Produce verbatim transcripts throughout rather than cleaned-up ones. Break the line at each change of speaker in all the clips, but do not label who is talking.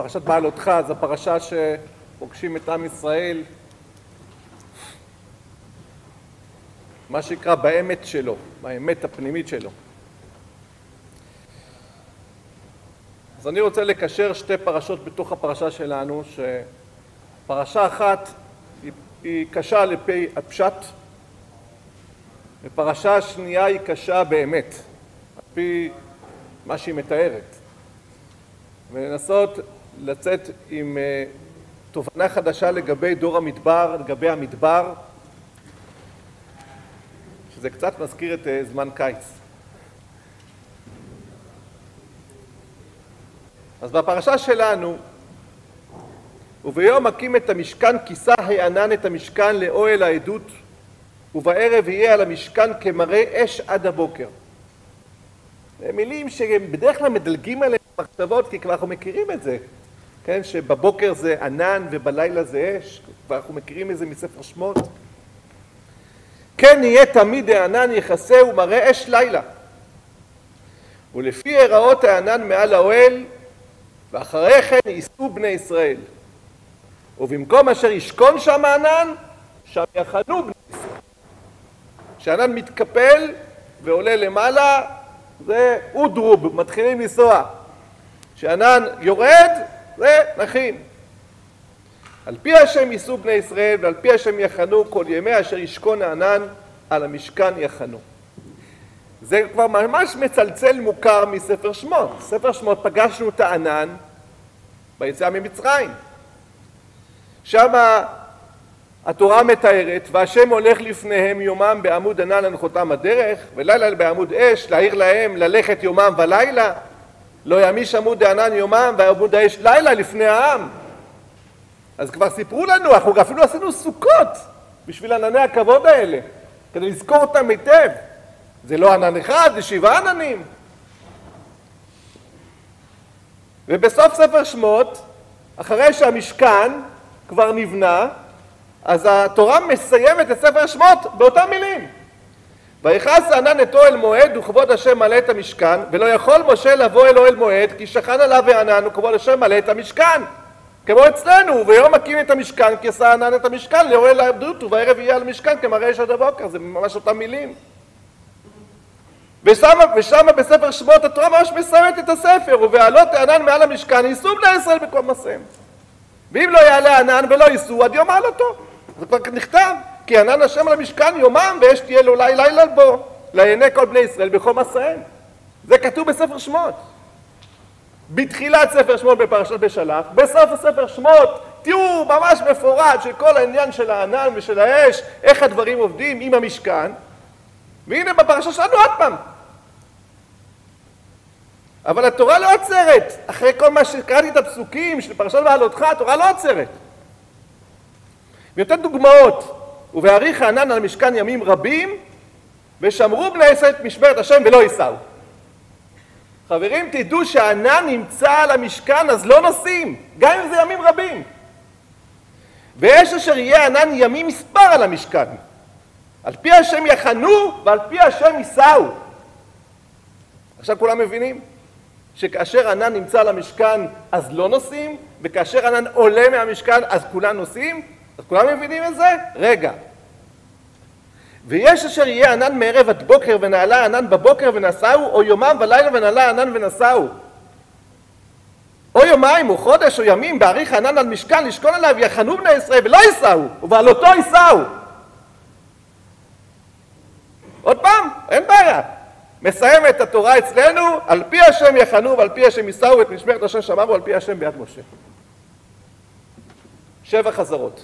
פרשת בעלותך, זו פרשה שפוגשים את עם ישראל, מה שיקרא באמת שלו, באמת הפנימית שלו. אז אני רוצה לקשר שתי פרשות בתוך הפרשה שלנו, שפרשה אחת היא, היא קשה לפי הפשט, ופרשה השנייה היא קשה באמת, על פי מה שהיא מתארת. ולנסות לצאת עם uh, תובנה חדשה לגבי דור המדבר, לגבי המדבר, שזה קצת מזכיר את uh, זמן קיץ. אז בפרשה שלנו, וביום מקים את המשכן כיסה הענן את המשכן לאוהל העדות, ובערב יהיה על המשכן כמראה אש עד הבוקר. מילים שבדרך כלל מדלגים עליהם מחשבות, כי כבר אנחנו מכירים את זה, כן? שבבוקר זה ענן ובלילה זה אש, כבר אנחנו מכירים את זה מספר שמות. כן יהיה תמיד הענן יחסה ומראה אש לילה. ולפי הראות הענן מעל האוהל, ואחרי כן ייסעו בני ישראל. ובמקום אשר ישכון שם הענן, שם יחנו בני ישראל. כשהענן מתקפל ועולה למעלה, זה אודרוב, מתחילים לנסוע. כשענן יורד, זה נכין. על פי השם ייסעו בני ישראל, ועל פי השם יחנו כל ימי אשר ישכון הענן, על המשכן יחנו. זה כבר ממש מצלצל מוכר מספר שמות. ספר שמות פגשנו את הענן ביציאה ממצרים. שם התורה מתארת, והשם הולך לפניהם יומם בעמוד ענן להנחותם הדרך, ולילה בעמוד אש, להעיר להם ללכת יומם ולילה, לא ימיש עמוד הענן יומם ועמוד האש לילה לפני העם. אז כבר סיפרו לנו, אנחנו אפילו עשינו סוכות בשביל ענני הכבוד האלה, כדי לזכור אותם היטב. זה לא ענן אחד, זה שבעה עננים. ובסוף ספר שמות, אחרי שהמשכן כבר נבנה, אז התורה מסיימת את ספר שמות באותם מילים. ויכנס הענן את אוהל מועד וכבוד השם מלא את המשכן, ולא יכול משה לבוא אל אוהל מועד, כי שכן עליו הענן וכבוד השם מלא את המשכן. כמו אצלנו, ויום מקים את המשכן, כי עשה הענן את המשכן לאוהל העבדות, ובערב יהיה על המשכן כמראה אש עד הבוקר. זה ממש אותם מילים. ושמה, ושמה בספר שמות התורה ממש מסיימת את הספר, ובעלות הענן מעל המשכן ייסעו בני ישראל בכל מסעיהם. ואם לא יעלה הענן ולא ייסעו עד יום העלותו. זה כבר נכתב, כי ענן השם על המשכן יומם, ואש תהיה לו לילה לילה בו, לעיני כל בני ישראל בכל מסעיהם. זה כתוב בספר שמות. בתחילת ספר שמות בפרשת בשלח, בסוף הספר שמות, תראו ממש מפורט של כל העניין של הענן ושל האש, איך הדברים עובדים עם המשכן, והנה בפרשה שלנו עוד פעם. אבל התורה לא עוצרת. אחרי כל מה שקראתי את הפסוקים של פרשת בעלותך, התורה לא עוצרת. ויותר דוגמאות. ובהאריך הענן על משכן ימים רבים, ושמרו בני ישראל את משמרת השם ולא ייסעו. חברים, תדעו שהענן נמצא על המשכן, אז לא נוסעים, גם אם זה ימים רבים. ויש אשר יהיה ענן ימים מספר על המשכן. על פי השם יחנו ועל פי השם ייסעו. עכשיו כולם מבינים שכאשר ענן נמצא על המשכן אז לא נוסעים, וכאשר ענן עולה מהמשכן אז כולם נוסעים? אז כולם מבינים את זה? רגע. ויש אשר יהיה ענן מערב עד בוקר ונעלה ענן בבוקר ונסעו, או יומם ולילה ונעלה ענן ונסעו. או יומיים או חודש או ימים בהאריך הענן על משכן לשכון עליו יחנו בני ישראל ולא ייסעו, ובעלותו ייסעו. עוד פעם, אין בעיה. מסיים את התורה אצלנו, על פי השם יחנו ועל פי השם ייסעו את משמרת השם שמרו על פי השם ביד משה. שבע חזרות.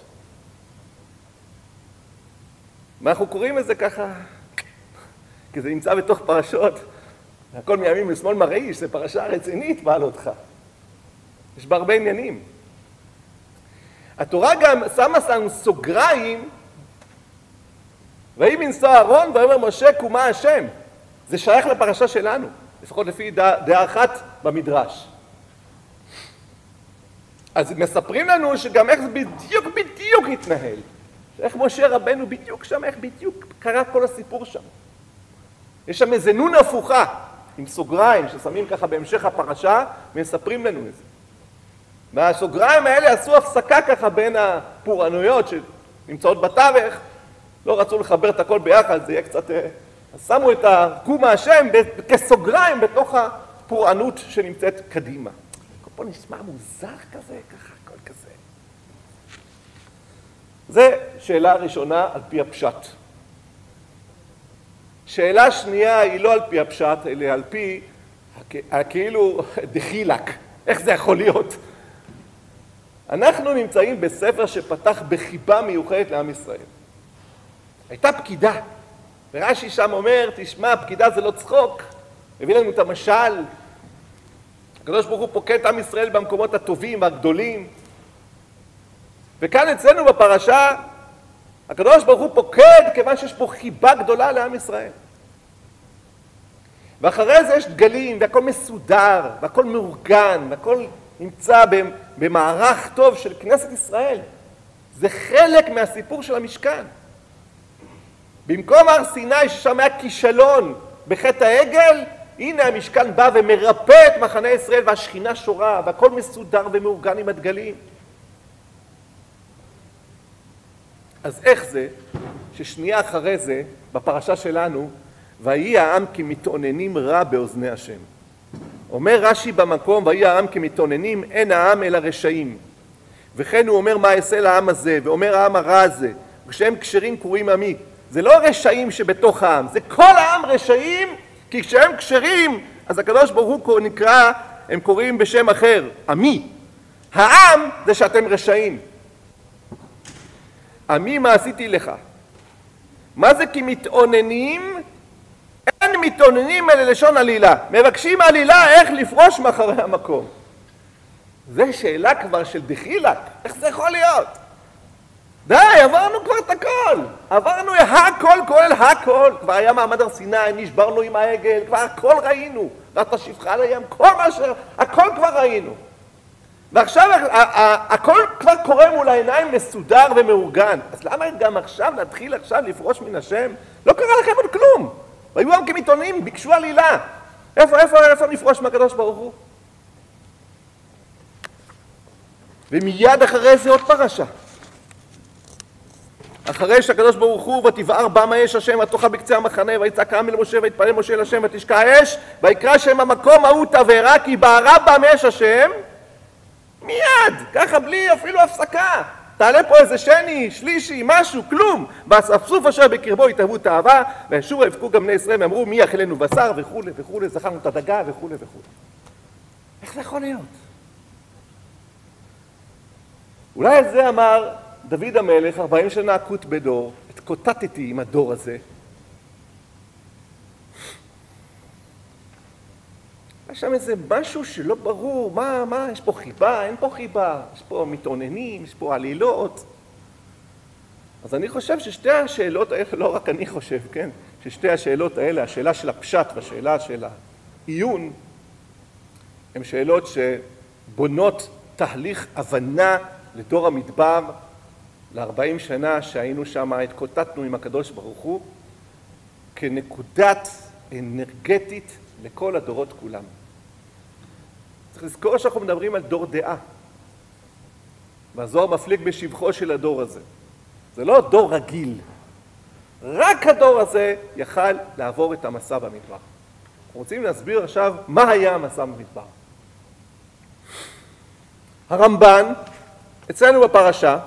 ואנחנו קוראים את זה ככה, כי זה נמצא בתוך פרשות, הכל מימין לשמאל מרעיש, זה פרשה רצינית בעלותך. יש בה הרבה עניינים. התורה גם שמה לנו סוגריים, ויהי בנשוא אהרון ויאמר משה קומה השם. זה שייך לפרשה שלנו, לפחות לפי דעה אחת במדרש. אז מספרים לנו שגם איך זה בדיוק בדיוק התנהל. איך משה רבנו בדיוק שם, איך בדיוק קרה כל הסיפור שם. יש שם איזה נון הפוכה, עם סוגריים ששמים ככה בהמשך הפרשה, ומספרים לנו את זה. והסוגריים האלה עשו הפסקה ככה בין הפורענויות שנמצאות בתווך, לא רצו לחבר את הכל ביחד, זה יהיה קצת... אז שמו את קום השם כסוגריים בתוך הפורענות שנמצאת קדימה. פה נשמע מוזר כזה, ככה, הכל כזה. זה שאלה ראשונה על פי הפשט. שאלה שנייה היא לא על פי הפשט, אלא על פי כאילו דחילק. איך זה יכול להיות? אנחנו נמצאים בספר שפתח בחיבה מיוחדת לעם ישראל. הייתה פקידה, ורש"י שם אומר, תשמע, פקידה זה לא צחוק, הביא לנו את המשל. הקדוש ברוך הוא פוקד את עם ישראל במקומות הטובים והגדולים. וכאן אצלנו בפרשה, הקדוש ברוך הוא פוקד כיוון שיש פה חיבה גדולה לעם ישראל. ואחרי זה יש דגלים, והכל מסודר, והכל מאורגן, והכל נמצא במערך טוב של כנסת ישראל. זה חלק מהסיפור של המשכן. במקום הר סיני ששם היה כישלון בחטא העגל, הנה המשכן בא ומרפא את מחנה ישראל והשכינה שורה, והכל מסודר ומאורגן עם הדגלים. אז איך זה ששנייה אחרי זה, בפרשה שלנו, ויהי העם כמתאוננים רע באוזני השם. אומר רש"י במקום, ויהי העם כמתאוננים, אין העם אלא רשעים. וכן הוא אומר מה אעשה לעם הזה, ואומר העם הרע הזה, וכשהם כשרים קוראים עמי. זה לא רשעים שבתוך העם, זה כל העם רשעים, כי כשהם כשרים, אז הקדוש ברוך הוא נקרא, הם קוראים בשם אחר, עמי. העם זה שאתם רשעים. עמי מה עשיתי לך? מה זה כי מתאוננים? אין מתאוננים אלה לשון עלילה. מבקשים עלילה איך לפרוש מאחורי המקום. זה שאלה כבר של דחילק. איך זה יכול להיות? די, עברנו כבר את הכל. עברנו הכל, כולל הכל. כבר היה מעמד הר סיני, נשברנו עם העגל, כבר הכל ראינו. ואתה שפחה על הים, כל מה ש... הכל כבר ראינו. ועכשיו הכל כבר קורה מול העיניים מסודר ומאורגן. אז למה גם עכשיו נתחיל עכשיו לפרוש מן השם? לא קרה לכם עוד כלום. והיו הם כמתאוננים, ביקשו עלילה. איפה, איפה, איפה נפרוש מהקדוש ברוך הוא? ומיד אחרי זה עוד פרשה. אחרי שהקדוש ברוך הוא, ותבער בם האש השם ותוכה בקצה המחנה, ויצעק העם אל משה ויתפלל משה אל השם ותשקע האש, ויקרא שם המקום ההוא תבערה כי בערה בם אש השם. מיד, ככה בלי אפילו הפסקה. תעלה פה איזה שני, שלישי, משהו, כלום. והאספסוף אשר בקרבו התאהבו תאווה, וישובו יבכו גם בני ישראל ואמרו מי יאכלנו בשר וכו' וכו', זכרנו את הדגה וכו' וכו'. איך זה יכול להיות? אולי על זה אמר דוד המלך, ארבעים שנה עקות בדור, התקוטטתי עם הדור הזה. יש שם איזה משהו שלא ברור, מה, מה, יש פה חיבה, אין פה חיבה, יש פה מתאוננים, יש פה עלילות. אז אני חושב ששתי השאלות האלה, לא רק אני חושב, כן, ששתי השאלות האלה, השאלה של הפשט והשאלה של העיון, הן שאלות שבונות תהליך הבנה לדור המדבר, ל-ארבעים שנה שהיינו שם, התקוטטנו עם הקדוש ברוך הוא, כנקודת אנרגטית לכל הדורות כולם. צריך לזכור שאנחנו מדברים על דור דעה. והזוהר מפליג בשבחו של הדור הזה. זה לא דור רגיל. רק הדור הזה יכל לעבור את המסע במדבר. אנחנו רוצים להסביר עכשיו מה היה המסע במדבר. הרמב"ן, אצלנו בפרשה,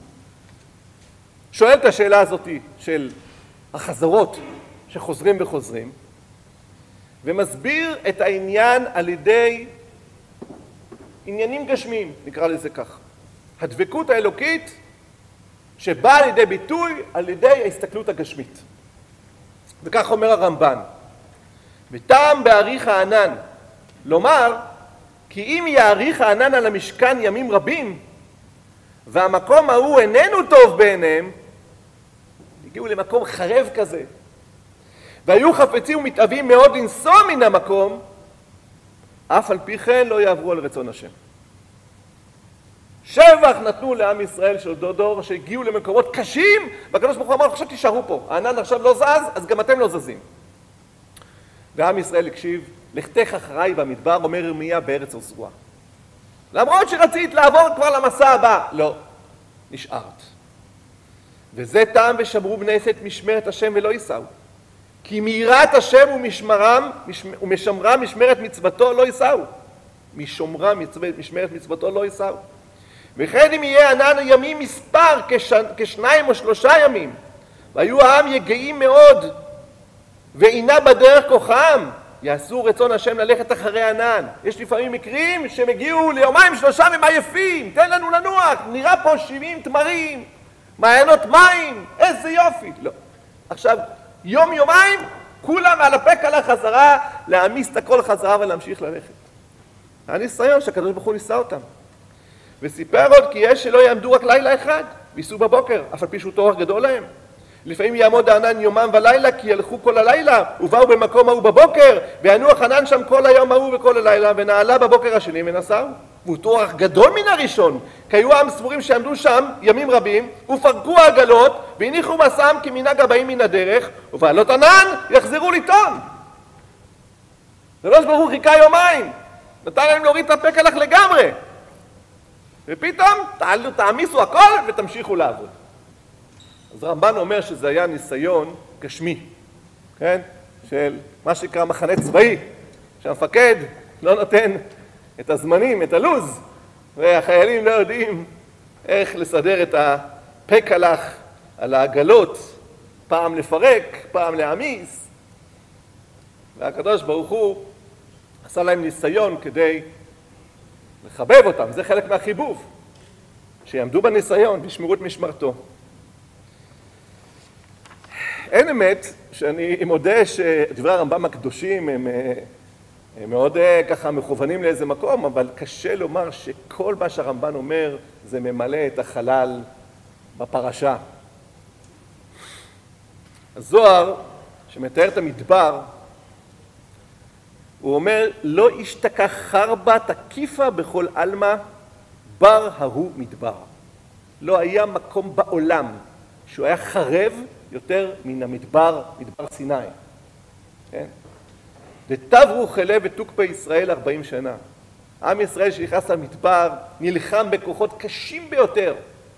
שואל את השאלה הזאת של החזרות שחוזרים וחוזרים, ומסביר את העניין על ידי עניינים גשמיים, נקרא לזה כך. הדבקות האלוקית שבאה על ידי ביטוי על ידי ההסתכלות הגשמית. וכך אומר הרמב"ן, וטעם באריך הענן, לומר, כי אם יאריך הענן על המשכן ימים רבים, והמקום ההוא איננו טוב בעיניהם, הגיעו למקום חרב כזה, והיו חפצים ומתאבים מאוד לנסוע מן המקום, אף על פי כן לא יעברו על רצון השם. שבח נתנו לעם ישראל של אותו דור שהגיעו למקומות קשים, והקדוש ברוך הוא אמר, עכשיו תישארו פה, הענן עכשיו לא זז, אז גם אתם לא זזים. ועם ישראל הקשיב, לכתך אחריי במדבר, אומר ירמיה בארץ עוז רוח. למרות שרצית לעבור כבר למסע הבא. לא, נשארת. וזה טעם ושמרו בני ישראל את משמרת השם ולא ייסעו. כי מיראת השם ומשמרם, ומשמרם משמרת מצוותו לא ייסעו. משומרם משמרת מצוותו לא ייסעו. וכן אם יהיה ענן ימים מספר כש... כשניים או שלושה ימים, והיו העם יגעים מאוד, ואינה בדרך כוחם, יעשו רצון השם ללכת אחרי ענן. יש לפעמים מקרים שהם הגיעו ליומיים שלושה והם עייפים, תן לנו לנוח, נראה פה שבעים תמרים, מעיינות מים, איזה יופי. לא. עכשיו, יום יומיים, כולם על הפק על החזרה, להעמיס את הכל חזרה ולהמשיך ללכת. הניסיון שהקדוש ברוך הוא ניסה אותם. וסיפר עוד כי יש שלא יעמדו רק לילה אחד, ויסעו בבוקר, אף על פי שהוא תואר גדול להם. לפעמים יעמוד הענן יומם ולילה, כי ילכו כל הלילה, ובאו במקום ההוא בבוקר, וינוח ענן שם כל היום ההוא וכל הלילה, ונעלה בבוקר השני ונסעו. והוא תואר גדול מן הראשון, כי היו עם ספורים שעמדו שם ימים רבים, ופרקו העגלות, והניחו מסעם כמנהג הבאים מן הדרך, ובעלות ענן יחזרו לטעון. הקדוש ברוך הוא חיכה יומיים, נתן להם להוריד את הפקלח לגמרי. ופתאום תעלו, תעמיסו הכל ותמשיכו לעבוד. אז רמב"ן אומר שזה היה ניסיון גשמי, כן? של מה שקרא מחנה צבאי, שהמפקד לא נותן את הזמנים, את הלוז, והחיילים לא יודעים איך לסדר את הפקלח על העגלות, פעם לפרק, פעם להעמיס. והקדוש ברוך הוא עשה להם ניסיון כדי לחבב אותם, זה חלק מהחיבוב, שיעמדו בניסיון וישמרו את משמרתו. אין אמת שאני מודה שדברי הרמב"ם הקדושים הם, הם מאוד ככה מכוונים לאיזה מקום, אבל קשה לומר שכל מה שהרמב"ן אומר זה ממלא את החלל בפרשה. הזוהר שמתאר את המדבר, הוא אומר, לא השתכח חרבה תקיפה בכל אלמה, בר ההוא מדבר. לא היה מקום בעולם שהוא היה חרב יותר מן המדבר, מדבר סיני. כן? דתברו חלה ותוקפה ישראל ארבעים שנה. עם ישראל שנכנס למדבר נלחם בכוחות קשים ביותר.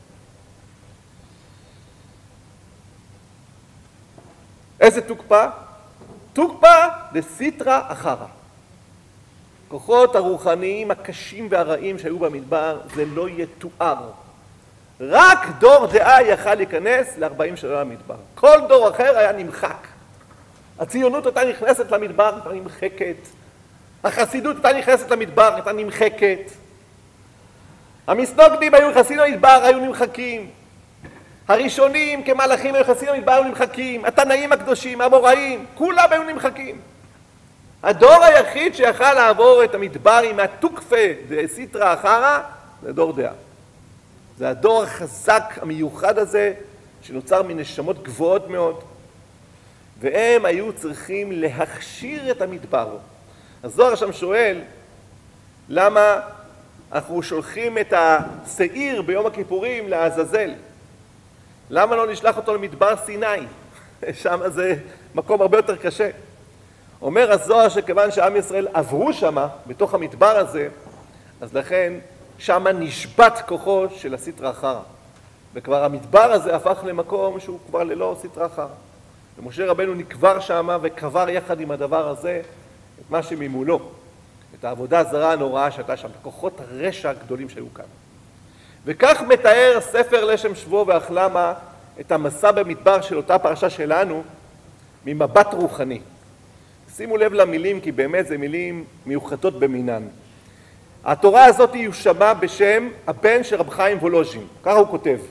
איזה תוקפה? תוקפה דסיטרא אחרא. כוחות הרוחניים הקשים והרעים שהיו במדבר, זה לא יתואר. רק דור דעה יכל להיכנס ל-ארבעים שנה למדבר. כל דור אחר היה נמחק. הציונות הייתה נכנסת למדבר, הייתה נמחקת. החסידות הייתה נכנסת למדבר, הייתה נמחקת. המסנוגדים היו נכנסים למדבר, היו נמחקים. הראשונים כמלאכים היו נכנסים למדבר, היו נמחקים. התנאים הקדושים, המוראים, כולם היו נמחקים. הדור היחיד שיכל לעבור את המדבר עם התוקפה דסיטרא אחרא, זה דור דעה. זה הדור החזק, המיוחד הזה, שנוצר מנשמות גבוהות מאוד, והם היו צריכים להכשיר את המדבר. הזוהר שם שואל, למה אנחנו שולחים את השעיר ביום הכיפורים לעזאזל? למה לא נשלח אותו למדבר סיני? שם זה מקום הרבה יותר קשה. אומר הזוהר שכיוון שעם ישראל עברו שם, בתוך המדבר הזה, אז לכן שם נשבת כוחו של הסיטרא אחרא. וכבר המדבר הזה הפך למקום שהוא כבר ללא סיטרא אחרא. ומשה רבנו נקבר שם וקבר יחד עם הדבר הזה את מה שממולו. את העבודה הזרה הנוראה שהייתה שם, את כוחות הרשע הגדולים שהיו כאן. וכך מתאר ספר לשם שבו והחלמה את המסע במדבר של אותה פרשה שלנו ממבט רוחני. שימו לב למילים, כי באמת זה מילים מיוחדות במינן. התורה הזאת היא שמעה בשם הבן של רב חיים וולוז'ין, ככה הוא כותב.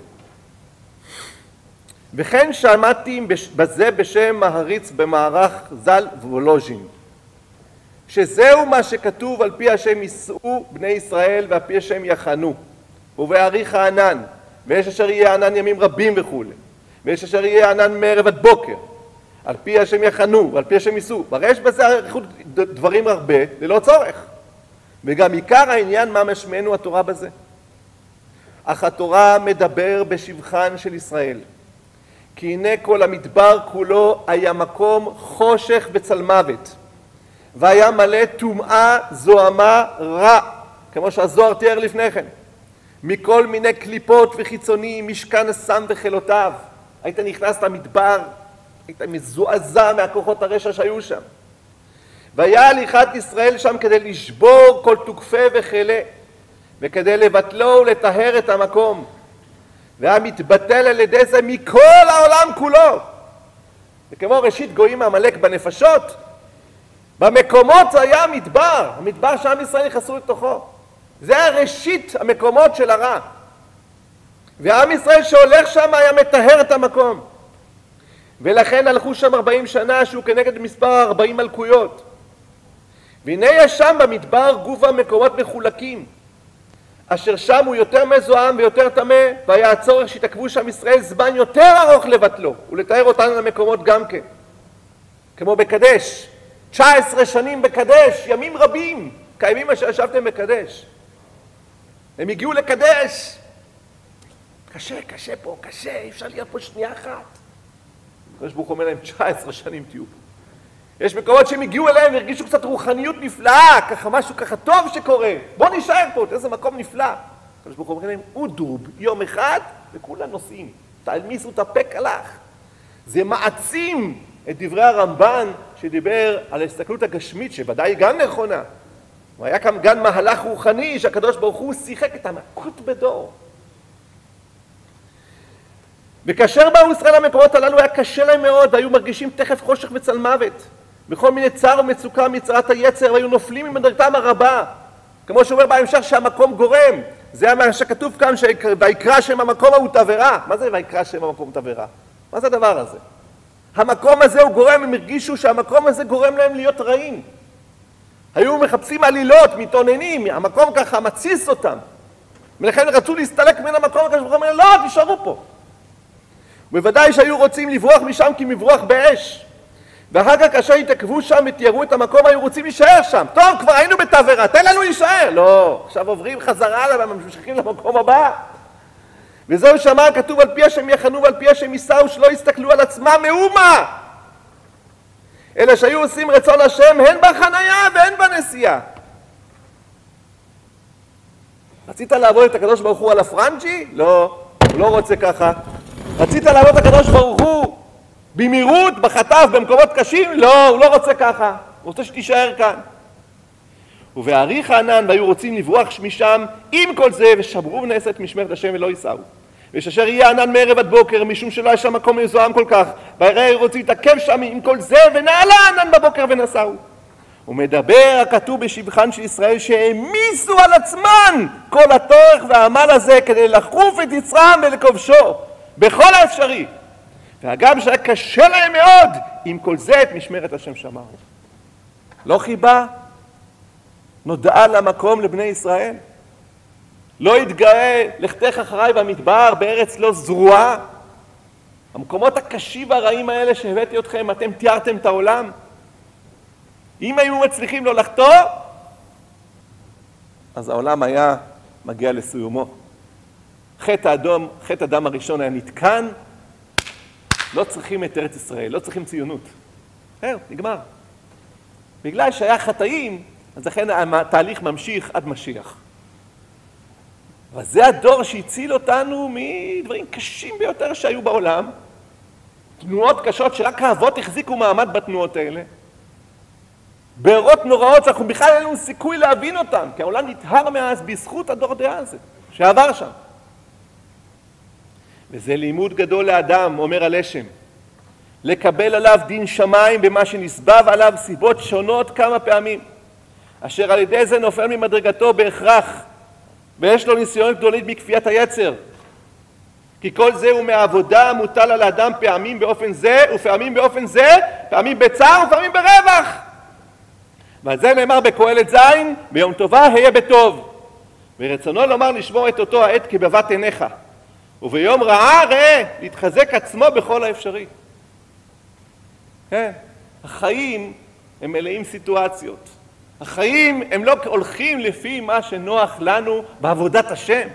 וכן שמעתי בזה בשם מהריץ במערך ז"ל וולוז'ין, שזהו מה שכתוב על פי השם ייסעו בני ישראל ועל פי השם יחנו, ובאריך הענן, ויש אשר יהיה ענן ימים רבים וכו', ויש אשר יהיה ענן מערב עד בוקר, על פי השם יחנו ועל פי השם ייסעו. הרי יש בזה אריכות דברים הרבה ללא צורך. וגם עיקר העניין מה משמענו התורה בזה. אך התורה מדבר בשבחן של ישראל. כי הנה כל המדבר כולו היה מקום חושך וצלמוות, והיה מלא טומאה זוהמה רע, כמו שהזוהר תיאר לפני כן. מכל מיני קליפות וחיצונים, משכן הסם וחילותיו. היית נכנס למדבר, היית מזועזע מהכוחות הרשע שהיו שם. והיה הליכת ישראל שם כדי לשבור כל תוקפה וחילה, וכדי לבטלו ולטהר את המקום. והיה מתבטל על ידי זה מכל העולם כולו. וכמו ראשית גויים עמלק בנפשות, במקומות זה היה מדבר, המדבר שעם ישראל נכנסו לתוכו. זה היה ראשית המקומות של הרע. ועם ישראל שהולך שם היה מטהר את המקום. ולכן הלכו שם ארבעים שנה שהוא כנגד מספר ארבעים מלכויות. והנה יש שם במדבר גובה מקומות מחולקים, אשר שם הוא יותר מזוהם ויותר טמא, והיה הצורך שהתעכבו שם ישראל זמן יותר ארוך לבטלו, ולתאר אותנו למקומות גם כן. כמו בקדש, תשע עשרה שנים בקדש, ימים רבים, קיימים מה שישבתם בקדש. הם הגיעו לקדש. קשה, קשה פה, קשה, אי אפשר להיות פה שנייה אחת. הקדוש ברוך הוא אומר להם, תשע עשרה שנים תהיו פה. יש מקומות שהם הגיעו אליהם והרגישו קצת רוחניות נפלאה, ככה משהו ככה טוב שקורה. בוא נשאר פה, איזה מקום נפלא. הקדוש ברוך הוא אומר להם, אודרוב, יום אחד, וכולם נוסעים. תעמיסו את הפק הלך. זה מעצים את דברי הרמב"ן שדיבר על ההסתכלות הגשמית, שוודאי גם נכונה. והיה כאן גם מהלך רוחני שהקדוש ברוך הוא שיחק את המקות בדור. וכאשר באו ישראל למקומות הללו היה קשה להם מאוד, והיו מרגישים תכף חושך וצל מוות. בכל מיני צער ומצוקה מצרת היצר, והיו נופלים ממדרגתם הרבה. כמו שאומר בהמשך שהמקום גורם. זה מה שכתוב כאן, ויקרא שם המקום ההוא תבערה. מה זה ויקרא שם המקום תבערה? מה זה הדבר הזה? המקום הזה הוא גורם, הם הרגישו שהמקום הזה גורם להם להיות רעים. היו מחפשים עלילות, מתעוננים, המקום ככה מציס אותם. ולכן רצו להסתלק מן המקום, הקדוש ברוך הוא אומר, לא, תישארו פה. בוודאי שהיו רוצים לברוח משם כי מברוח באש. ואחר כך כאשר התעכבו שם ותיארו את המקום, היו רוצים להישאר שם. טוב, כבר היינו בתבערה, תן לנו להישאר. לא, עכשיו עוברים חזרה עליו וממשיכים למקום הבא. וזהו שאמר, כתוב על פי השם יחנו ועל פי השם יישאו, שלא יסתכלו על עצמם מאומה. אלא שהיו עושים רצון השם הן בחנייה והן בנסיעה. רצית לעבוד את הקדוש ברוך הוא על הפרנג'י? לא, הוא לא רוצה ככה. רצית לעבוד את הקדוש ברוך הוא במהירות, בחטף, במקומות קשים? לא, הוא לא רוצה ככה. הוא רוצה שתישאר כאן. ובהאריך הענן, והיו רוצים לברוח משם עם כל זה, ושברו ונעשת משמרת השם ולא יישאו. ושאשר יהיה ענן מערב עד בוקר, משום שלא היה שם מקום מזוהם כל כך, והרי היו רוצים להתעכב שם עם כל זה, ונעלה ענן בבוקר ונסעו. ומדבר הכתוב בשבחן של ישראל, שהעמיסו על עצמן כל התורך והעמל הזה, כדי לחוף את יצרם ולכובשו, בכל האפשרי. ואגב שהיה קשה להם מאוד, עם כל זה את משמרת השם שמרו. לא חיבה, נודעה למקום לבני ישראל. לא יתגאה לכתך אחריי במדבר, בארץ לא זרועה. המקומות הקשים והרעים האלה שהבאתי אתכם, אתם תיארתם את העולם. אם היו מצליחים לא לחתור, אז העולם היה מגיע לסיומו. חטא האדום, חטא הדם הראשון היה נתקן, לא צריכים את ארץ ישראל, לא צריכים ציונות. זהו, נגמר. בגלל שהיה חטאים, אז לכן התהליך ממשיך עד משיח. אבל זה הדור שהציל אותנו מדברים קשים ביותר שהיו בעולם. תנועות קשות שרק האבות החזיקו מעמד בתנועות האלה. בארות נוראות שאנחנו בכלל אין לנו סיכוי להבין אותם, כי העולם נטהר מאז בזכות הדור דעה הזה, שעבר שם. וזה לימוד גדול לאדם, אומר הלשם, לקבל עליו דין שמיים במה שנסבב עליו סיבות שונות כמה פעמים, אשר על ידי זה נופל ממדרגתו בהכרח, ויש לו ניסיון גדולית מכפיית היצר. כי כל זה הוא מהעבודה המוטל על האדם פעמים באופן זה, ופעמים באופן זה, פעמים בצער ופעמים ברווח. ועל זה נאמר בקהלת זין, ביום טובה היה בטוב. ורצונו לומר לשמור את אותו העת כבבת עיניך. וביום רעה ראה להתחזק עצמו בכל האפשרי. כן, החיים הם מלאים סיטואציות. החיים הם לא הולכים לפי מה שנוח לנו בעבודת השם.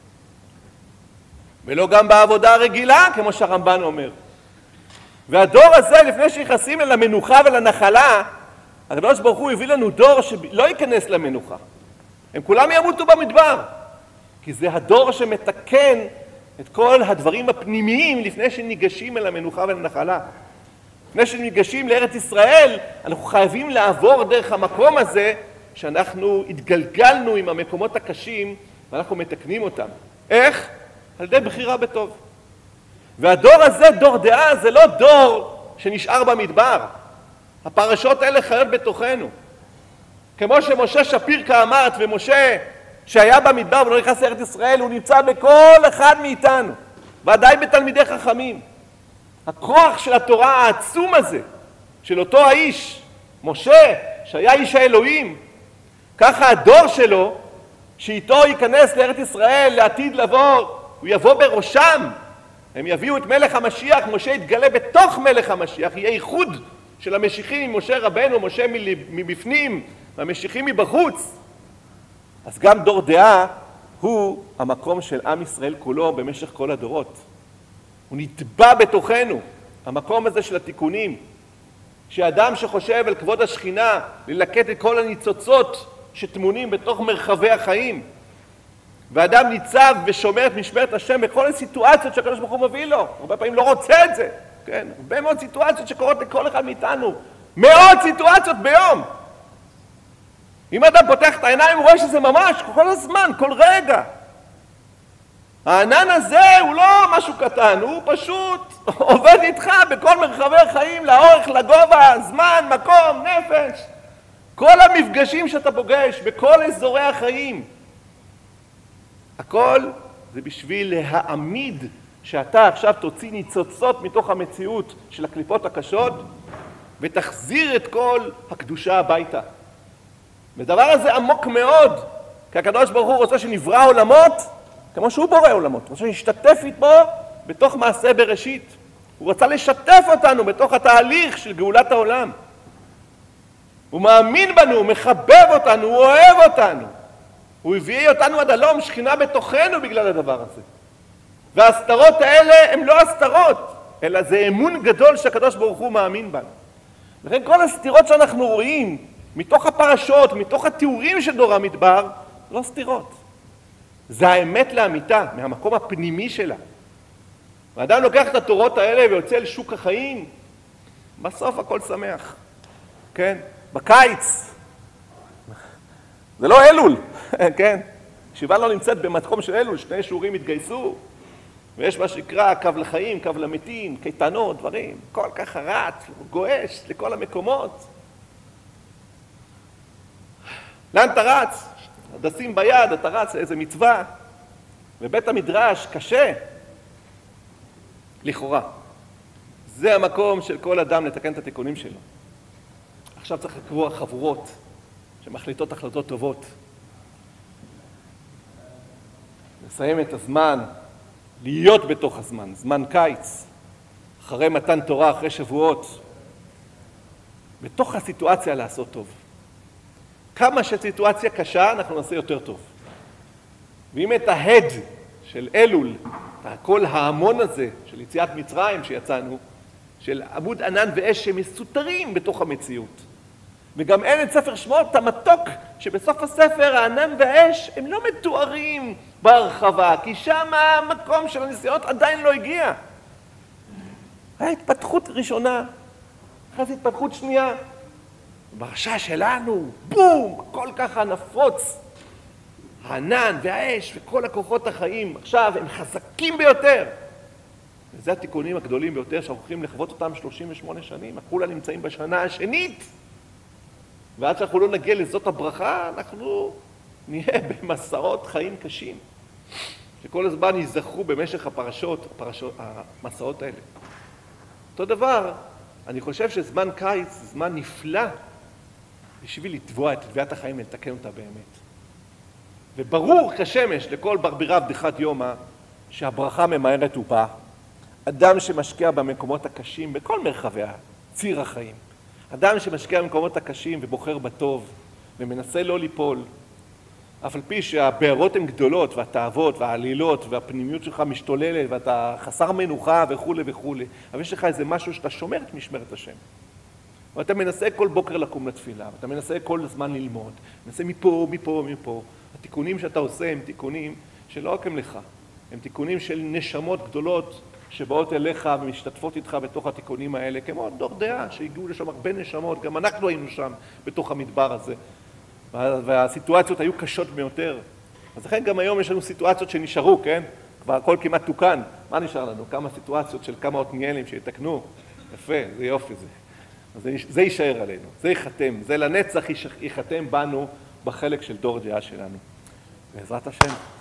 ולא גם בעבודה הרגילה, כמו שהרמב"ן אומר. והדור הזה, לפני שיחסים אל המנוחה ולנחלה, הקדוש ברוך הוא הביא לנו דור שלא ייכנס למנוחה. הם כולם ימותו במדבר, כי זה הדור שמתקן את כל הדברים הפנימיים לפני שניגשים אל המנוחה ולנחלה. לפני שניגשים לארץ ישראל, אנחנו חייבים לעבור דרך המקום הזה שאנחנו התגלגלנו עם המקומות הקשים ואנחנו מתקנים אותם. איך? על ידי בחירה בטוב. והדור הזה, דור דעה, זה לא דור שנשאר במדבר. הפרשות האלה חיות בתוכנו. כמו שמשה שפיר כאמרת, ומשה שהיה במדבר ולא נכנס לארץ ישראל, הוא נמצא בכל אחד מאיתנו, ודאי בתלמידי חכמים. הכוח של התורה העצום הזה, של אותו האיש, משה, שהיה איש האלוהים, ככה הדור שלו, שאיתו ייכנס לארץ ישראל לעתיד לבוא, הוא יבוא בראשם, הם יביאו את מלך המשיח, משה יתגלה בתוך מלך המשיח, יהיה איחוד של המשיחים עם משה רבנו, משה מבפנים, והמשיחים מבחוץ. אז גם דור דעה הוא המקום של עם ישראל כולו במשך כל הדורות. הוא נטבע בתוכנו, המקום הזה של התיקונים. שאדם שחושב על כבוד השכינה, ללקט את כל הניצוצות שטמונים בתוך מרחבי החיים, ואדם ניצב ושומר את משמרת השם בכל הסיטואציות שהקדוש ברוך הוא מביא לו. הרבה פעמים לא רוצה את זה. כן? הרבה מאוד סיטואציות שקורות לכל אחד מאיתנו. מאות סיטואציות ביום. אם אדם פותח את העיניים הוא רואה שזה ממש כל הזמן, כל רגע. הענן הזה הוא לא משהו קטן, הוא פשוט עובד איתך בכל מרחבי החיים, לאורך, לגובה, זמן, מקום, נפש. כל המפגשים שאתה פוגש בכל אזורי החיים. הכל זה בשביל להעמיד שאתה עכשיו תוציא ניצוצות מתוך המציאות של הקליפות הקשות ותחזיר את כל הקדושה הביתה. ודבר הזה עמוק מאוד, כי הקדוש ברוך הוא רוצה שנברא עולמות כמו שהוא בורא עולמות, הוא רוצה להשתתף איתו בתוך מעשה בראשית. הוא רצה לשתף אותנו בתוך התהליך של גאולת העולם. הוא מאמין בנו, הוא מחבב אותנו, הוא אוהב אותנו. הוא הביא אותנו עד הלום, שכינה בתוכנו בגלל הדבר הזה. וההסתרות האלה הם לא הסתרות, אלא זה אמון גדול שהקדוש ברוך הוא מאמין בנו. לכן כל הסתירות שאנחנו רואים מתוך הפרשות, מתוך התיאורים של דור המדבר, לא סתירות. זה האמת לאמיתה, מהמקום הפנימי שלה. ואדם לוקח את התורות האלה ויוצא אל שוק החיים, בסוף הכל שמח. כן? בקיץ. זה לא אלול, כן? ישיבה לא נמצאת במקום של אלול, שני שיעורים התגייסו, ויש מה שנקרא קו לחיים, קו למתים, קייטנות, דברים, כל כך רץ, גועש לכל המקומות. לאן אתה רץ? הדסים ביד, אתה רץ לאיזה מצווה, ובית המדרש קשה, לכאורה. זה המקום של כל אדם לתקן את התיקונים שלו. עכשיו צריך לקבוע חבורות שמחליטות החלטות טובות. לסיים את הזמן, להיות בתוך הזמן, זמן קיץ, אחרי מתן תורה, אחרי שבועות, בתוך הסיטואציה לעשות טוב. כמה שסיטואציה קשה, אנחנו נעשה יותר טוב. ואם את ההד של אלול, כל ההמון הזה של יציאת מצרים שיצאנו, של עמוד ענן ואש שמסותרים בתוך המציאות, וגם אין את ספר שמות, המתוק, שבסוף הספר הענן והאש הם לא מתוארים בהרחבה, כי שם המקום של הניסיונות עדיין לא הגיע. ההתפתחות ראשונה, אחרי זה התפתחות שנייה, ברשע שלנו, בום, כל ככה נפוץ, הענן והאש וכל הכוחות החיים, עכשיו הם חזקים ביותר. וזה התיקונים הגדולים ביותר שאנחנו הולכים לחוות אותם שלושים ושמונה שנים, כולם נמצאים בשנה השנית. ועד שאנחנו לא נגיע לזאת הברכה, אנחנו נהיה במסעות חיים קשים, שכל הזמן ייזכרו במשך הפרשות, הפרשות, המסעות האלה. אותו דבר, אני חושב שזמן קיץ זה זמן נפלא בשביל לתבוע את תביעת החיים ולתקן אותה באמת. וברור כשמש לכל ברבירה בדיחת יומא שהברכה ממהרת ובאה. אדם שמשקיע במקומות הקשים בכל מרחבי ציר החיים. אדם שמשקיע במקומות הקשים ובוחר בטוב ומנסה לא ליפול, אף על פי שהבערות הן גדולות והתאוות והעלילות והפנימיות שלך משתוללת ואתה חסר מנוחה וכו' וכו', אבל יש לך איזה משהו שאתה שומר את משמרת השם. ואתה מנסה כל בוקר לקום לתפילה, ואתה מנסה כל הזמן ללמוד, מנסה מפה, מפה, מפה. התיקונים שאתה עושה הם תיקונים שלא רק הם לך, הם תיקונים של נשמות גדולות שבאות אליך ומשתתפות איתך בתוך התיקונים האלה, כמו דור דעה שהגיעו לשם הרבה נשמות, גם אנחנו היינו שם בתוך המדבר הזה, והסיטואציות היו קשות ביותר. אז לכן גם היום יש לנו סיטואציות שנשארו, כן? כבר הכל כמעט תוקן. מה נשאר לנו? כמה סיטואציות של כמה עתניאלים שיתקנו? יפה, זה יופי זה. אז זה, זה יישאר עלינו, זה ייחתם, זה לנצח ייחתם בנו בחלק של דור דעה שלנו. בעזרת השם.